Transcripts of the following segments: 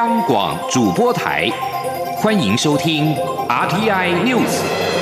央广主播台，欢迎收听 RTI News。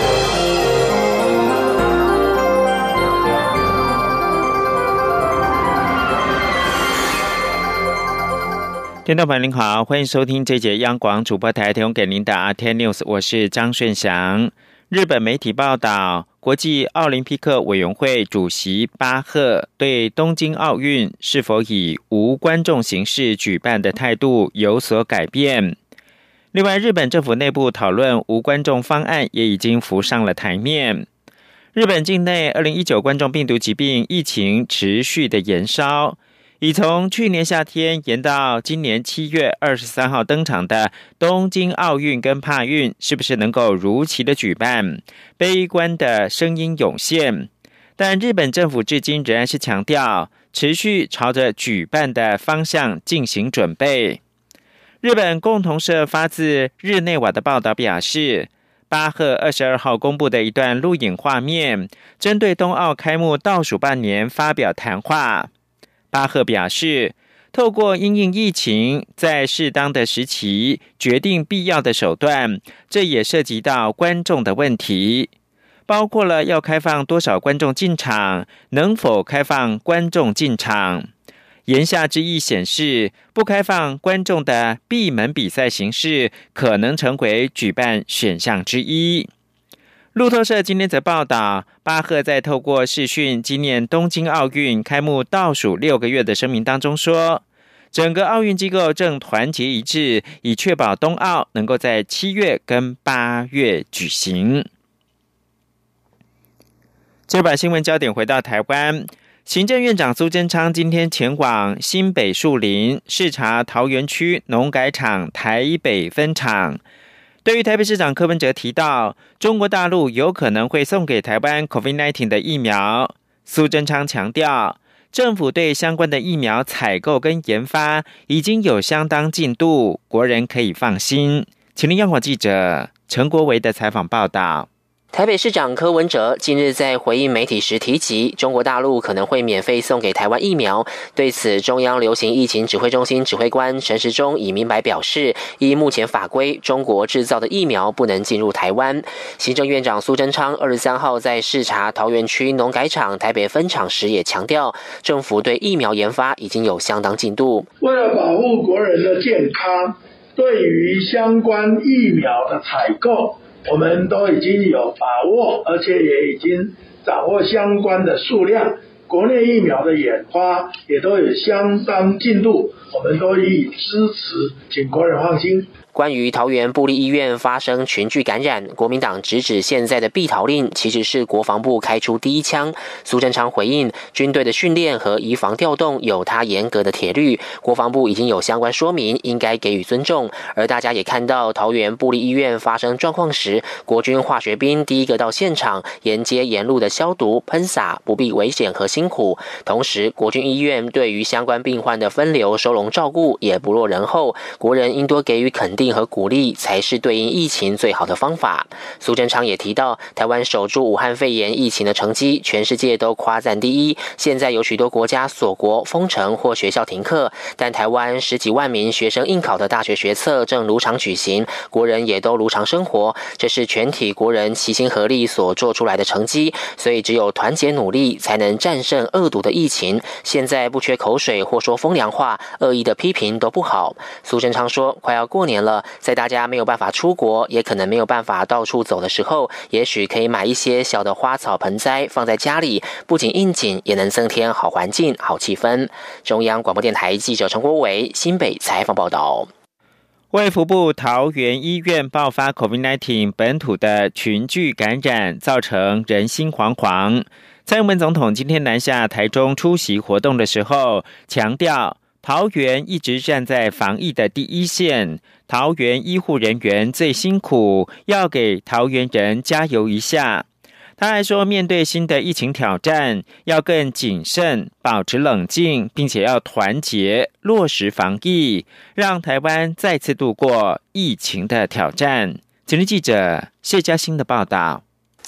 听众朋友您好，欢迎收听这节央广主播台提供给您的 RTI News， 我是张顺祥。日本媒体报道，国际奥林匹克委员会主席巴赫对东京奥运是否以无观众形式举办的态度有所改变。另外，日本政府内部讨论无观众方案也已经浮上了台面。日本境内2019冠状病毒疾病疫情持续的延烧，已从去年夏天延到今年7月23号登场的东京奥运跟帕运是不是能够如期的举办，悲观的声音涌现。但日本政府至今仍然是强调持续朝着举办的方向进行准备。日本共同社发自日内瓦的报道表示，巴赫22号公布的一段录影画面，针对冬奥开幕倒数半年发表谈话。巴赫表示，透过因应疫情，在适当的时期决定必要的手段，这也涉及到观众的问题，包括了要开放多少观众进场，能否开放观众进场。言下之意显示，不开放观众的闭门比赛形式可能成为举办选项之一。路透社今天则报道，巴赫在透过视讯纪念东京奥运开幕倒数6个月的声明当中说，整个奥运机构正团结一致，以确保冬奥能够在7月跟8月举行。这把新闻焦点回到台湾，行政院长苏贞昌今天前往新北树林视察桃园区农改场台北分厂。对于台北市长柯文哲提到中国大陆有可能会送给台湾 COVID-19 的疫苗，苏贞昌强调，政府对相关的疫苗采购跟研发已经有相当进度，国人可以放心。请听央广记者陈国维的采访报道。 台北市长柯文哲近日在回应媒体时提及，中国大陆可能会免费送给台湾疫苗。对此，中央流行疫情指挥中心指挥官陈时中已明白表示，依目前法规，中国制造的疫苗不能进入台湾。行政院长苏贞昌23号在视察桃园区农改场台北分厂时也强调，政府对疫苗研发已经有相当进度。 为了保护国人的健康，对于相关疫苗的采购，我们都已经有把握，而且也已经掌握相关的数量，国内疫苗的研发也都有相当进度，我们都予以支持，请国人放心。 关于桃园部立医院发生群聚感染，国民党直指现在的避桃令其实是国防部开出第一枪。苏贞昌回应，军队的训练和移防调动有他严格的铁律，国防部已经有相关说明，应该给予尊重。而大家也看到桃园部立医院发生状况时，国军化学兵第一个到现场，沿街沿路的消毒喷洒，不避危险和辛苦。同时，国军医院对于相关病患的分流收容照顾也不落人后，国人应多给予肯定和鼓励，才是对应疫情最好的方法。苏贞昌也提到，台湾守住武汉肺炎疫情的成绩，全世界都夸赞第一。现在有许多国家锁国、封城或学校停课，但台湾10几万名学生应考的大学学测正如常举行，国人也都如常生活，这是全体国人齐心合力所做出来的成绩。所以只有团结努力，才能战胜恶毒的疫情。现在不缺口水或说风凉话，恶意的批评都不好。苏贞昌说，快要过年了，在大家没有办法出国，也可能没有办法到处走的时候，也许可以买一些小的花草盆栽放在家里，不仅应景，也能增添好环境、好气氛。中央广播电台记者陈国维新北采访报道。 卫福部桃园医院爆发 COVID-19 本土的群聚感染，造成人心惶惶。蔡英文总统今天南下台中出席活动的时候，强调桃园一直站在防疫的第一线，桃园医护人员最辛苦，要给桃园人加油一下。他还说，面对新的疫情挑战，要更谨慎，保持冷静，并且要团结，落实防疫，让台湾再次度过疫情的挑战。今日记者谢嘉欣的报道。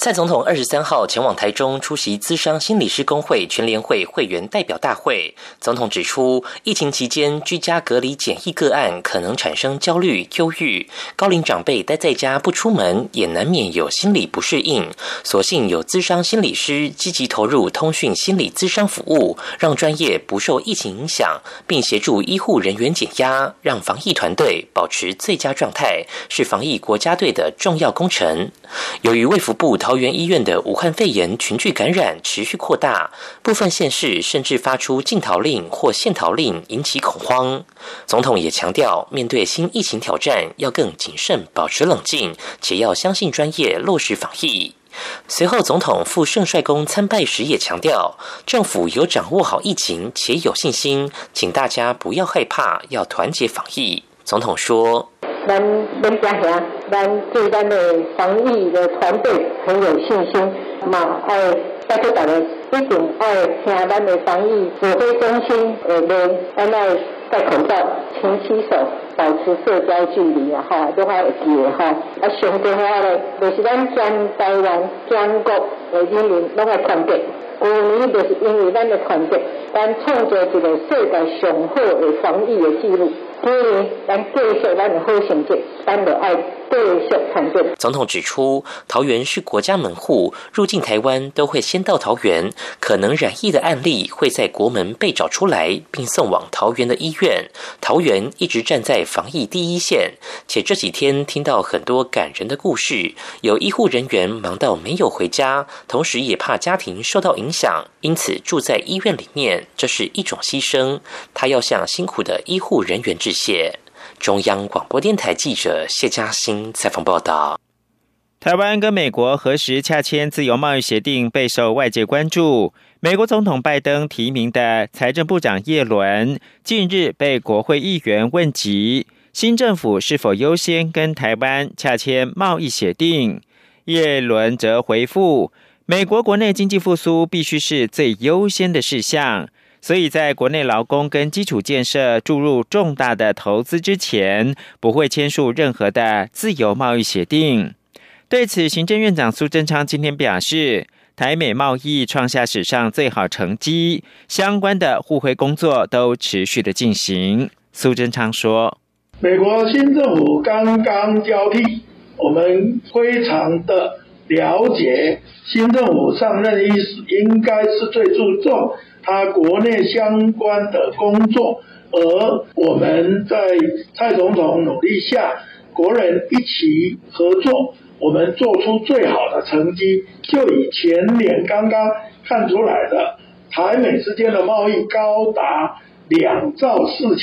蔡总统23号前往台中出席咨商心理师公会全联会会员代表大会。总统指出，疫情期间居家隔离检疫个案可能产生焦虑、忧郁，高龄长辈待在家不出门，也难免有心理不适应。所幸有咨商心理师积极投入通讯心理咨商服务，让专业不受疫情影响，并协助医护人员减压，让防疫团队保持最佳状态，是防疫国家队的重要工程。由于卫福部桃园医院的武汉肺炎群聚感染持续扩大，部分县市甚至发出禁逃令或限逃令，引起恐慌。总统也强调，面对新疫情挑战，要更谨慎，保持冷静，且要相信专业，落实防疫。随后，总统赴圣帅宫参拜时也强调，政府有掌握好疫情，且有信心，请大家不要害怕，要团结防疫。总统说：“ 咱免惊吓，咱对咱的防疫的团队很有信心，嘛爱拜托大家一定爱听咱的防疫指挥中心的话，咱爱戴口罩、勤洗手、保持社交距离啊！哈，都还会记的哈。啊，上重要的就是咱全台湾、全国的人民拢爱团结。去年就是因为咱的团结，咱创造一个世界上好的防疫的记录。今年咱继续咱的好成绩，咱就爱继续团结。” 总统指出，桃园是国家门户，入境台湾都会先到桃园，可能染疫的案例会在国门被找出来，并送往桃园的医院。桃园一直站在防疫第一线，且这几天听到很多感人的故事，有医护人员忙到没有回家，同时也怕家庭受到影响，因此住在医院里面，这是一种牺牲。他要向辛苦的医护人员致谢。中央广播电台记者谢嘉欣采访报道。 台湾跟美国何时洽签自由贸易协定备受外界关注。美国总统拜登提名的财政部长耶伦近日被国会议员问及新政府是否优先跟台湾洽签贸易协定，耶伦则回复，美国国内经济复苏必须是最优先的事项，所以在国内劳工跟基础建设注入重大的投资之前，不会签署任何的自由贸易协定。对此，行政院长苏贞昌今天表示，台美贸易创下史上最好成绩，相关的互惠工作都持续的进行。苏贞昌说， 美国新政府刚刚交替，我们非常的了解新政府上任伊始应该是最注重他国内相关的工作，而我们在蔡总统努力下，国人一起合作，我们做出最好的成绩。就以前年刚刚看出来的，台美之间的贸易高达2兆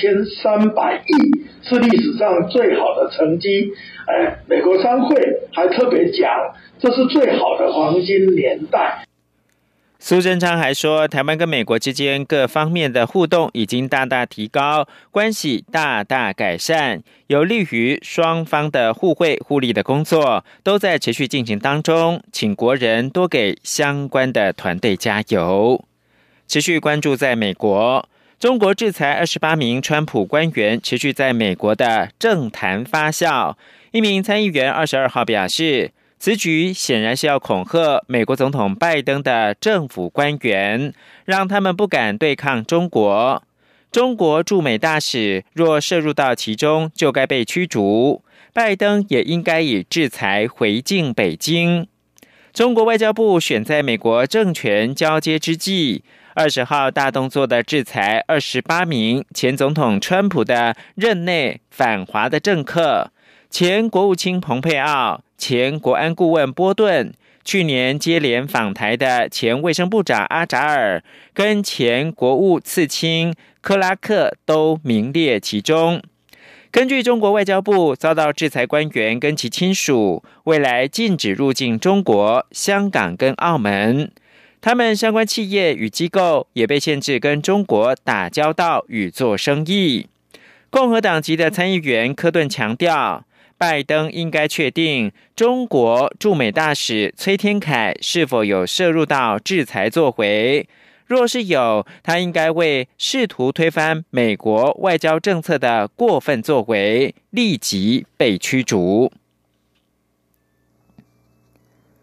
4300亿，是历史上最好的成绩。美国商会还特别讲，这是最好的黄金年代。 苏贞昌还说，台湾跟美国之间各方面的互动已经大大提高，关系大大改善，有利于双方的互惠互利的工作都在持续进行当中，请国人多给相关的团队加油。持续关注在美国，中国制裁28名川普官员持续在美国的政坛发酵。一名参议员22号表示，此举显然是要恐吓美国总统拜登的政府官员，让他们不敢对抗中国。中国驻美大使若涉入到其中，就该被驱逐。拜登也应该以制裁回敬北京。中国外交部选在美国政权交接之际，20号大动作的制裁28名前总统川普的任内反华的政客，前国务卿蓬佩奥、前国安顾问波顿，去年接连访台的前卫生部长阿扎尔跟前国务次卿克拉克都名列其中。根据中国外交部，遭到制裁官员跟其亲属未来禁止入境中国、香港跟澳门，他们相关企业与机构也被限制跟中国打交道与做生意。共和党籍的参议员科顿强调，拜登应该确定中国驻美大使崔天凯是否有涉入到制裁作为，若是有，他应该为试图推翻美国外交政策的过分作为立即被驱逐。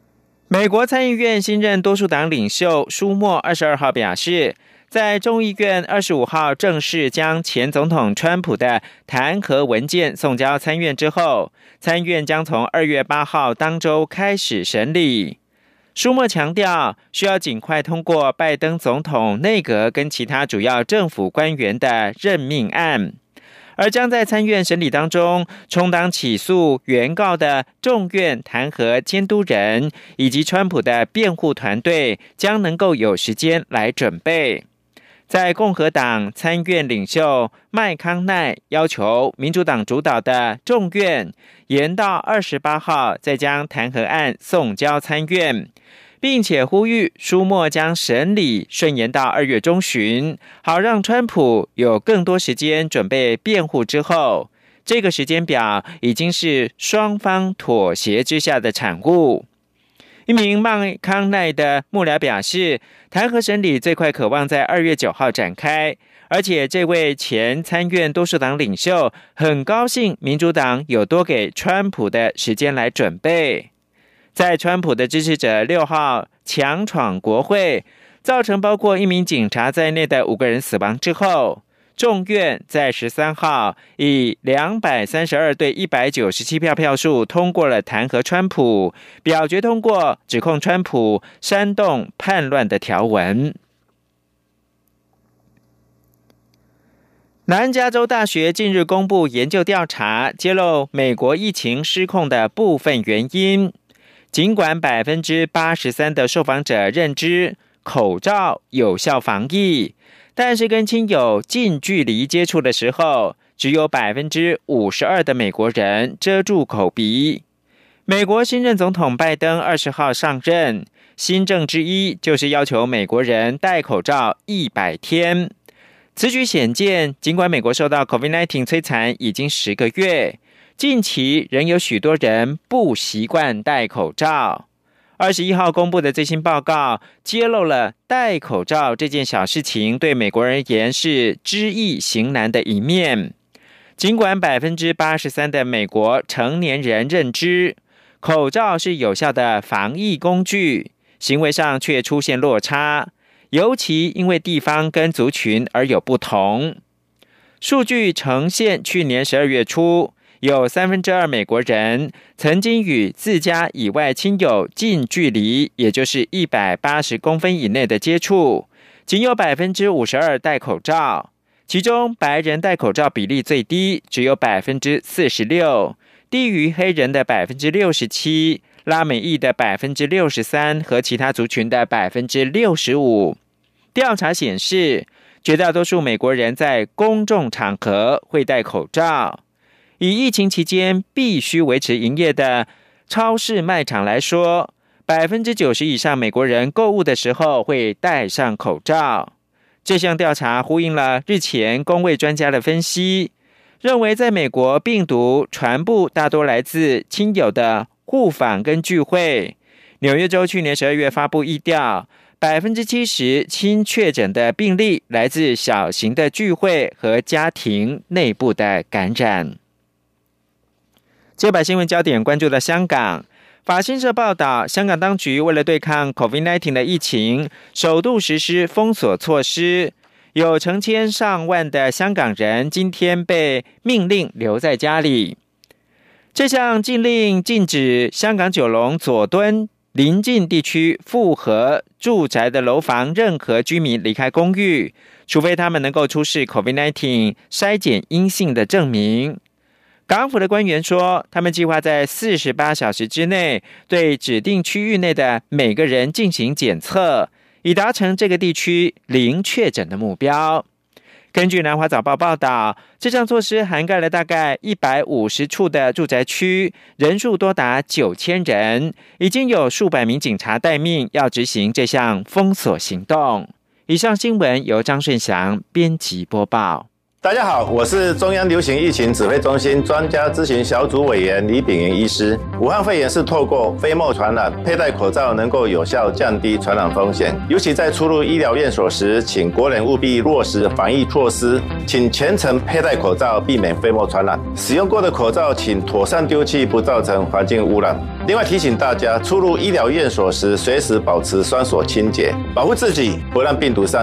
美国参议院新任多数党领袖舒默22号表示，在众议院25号正式将前总统川普的弹劾文件送交参院之后，参院将从2月8号当周开始审理。舒默强调，需要尽快通过拜登总统内阁跟其他主要政府官员的任命案。而将在参院审理当中充当起诉原告的众院弹劾监督人以及川普的辩护团队将能够有时间来准备。在共和党参院领袖麦康奈要求民主党主导的众院延到28号再将弹劾案送交参院，并且呼吁舒默将审理顺延到2月中旬，好让川普有更多时间准备辩护之后，这个时间表已经是双方妥协之下的产物。一名麦康奈的幕僚表示，弹劾审理最快可望在2月9号展开，而且这位前参院多数党领袖很高兴民主党有多给川普的时间来准备。在川普的支持者6号强闯国会，造成包括1名警察在内的5个人死亡之后，众院在13号以232对197票票数通过了弹劾川普，表决通过指控川普煽动叛乱的条文。南加州大学近日公布研究调查，揭露美国疫情失控的部分原因。尽管 83% 的受访者认知口罩有效防疫，但是跟亲友近距离接触的时候，只有 52% 的美国人遮住口鼻。美国新任总统拜登20号上任，新政之一就是要求美国人戴口罩100天。此举显见，尽管美国受到 COVID-19 摧残已经10个月，近期仍有许多人不习惯戴口罩。21号公布的最新报告揭露了戴口罩这件小事情对美国人而言是知易行难的一面。尽管 83% 的美国成年人认知口罩是有效的防疫工具，行为上却出现落差，尤其因为地方跟族群而有不同。数据呈现去年12月初，有2/3美国人曾经与自家以外亲友近距离，也就是180公分以内的接触，仅有 52% 戴口罩，其中白人戴口罩比例最低，只有 46%， 低于黑人的 67%， 拉美裔的 63% 和其他族群的 65%。 调查显示，绝大多数美国人在公众场合会戴口罩。以疫情期间必须维持营业的超市卖场来说， 90% 以上美国人购物的时候会戴上口罩。这项调查呼应了日前公卫专家的分析，认为在美国病毒传播大多来自亲友的互访跟聚会。纽约州去年12月发布疫调，70%亲确诊的病例来自小型的聚会和家庭内部的感染。接把新闻焦点关注到香港，法新社报道，香港当局为了对抗 COVID-19 的疫情，首度实施封锁措施，有成千上万的香港人今天被命令留在家里。这项禁令禁止香港九龙佐敦邻近地区复合住宅的楼房任何居民离开公寓，除非他们能够出示 COVID-19 筛检阴性的证明。港府的官员说，他们计划在48小时之内对指定区域内的每个人进行检测，以达成这个地区零确诊的目标。根据南华早报报道，这项措施涵盖了大概150处的住宅区，人数多达9000人，已经有数百名警察待命，要执行这项封锁行动。以上新闻由张顺祥编辑播报。 大家好，我是中央流行疫情指挥中心专家咨询小组委员李秉云医师。武汉肺炎是透过飞沫传染，佩戴口罩能够有效降低传染风险。尤其在出入医疗院所时，请国人务必落实防疫措施，请全程佩戴口罩，避免飞沫传染。使用过的口罩请妥善丢弃，不造成环境污染。另外提醒大家，出入医疗院所时，随时保持双手清洁，保护自己，不让病毒上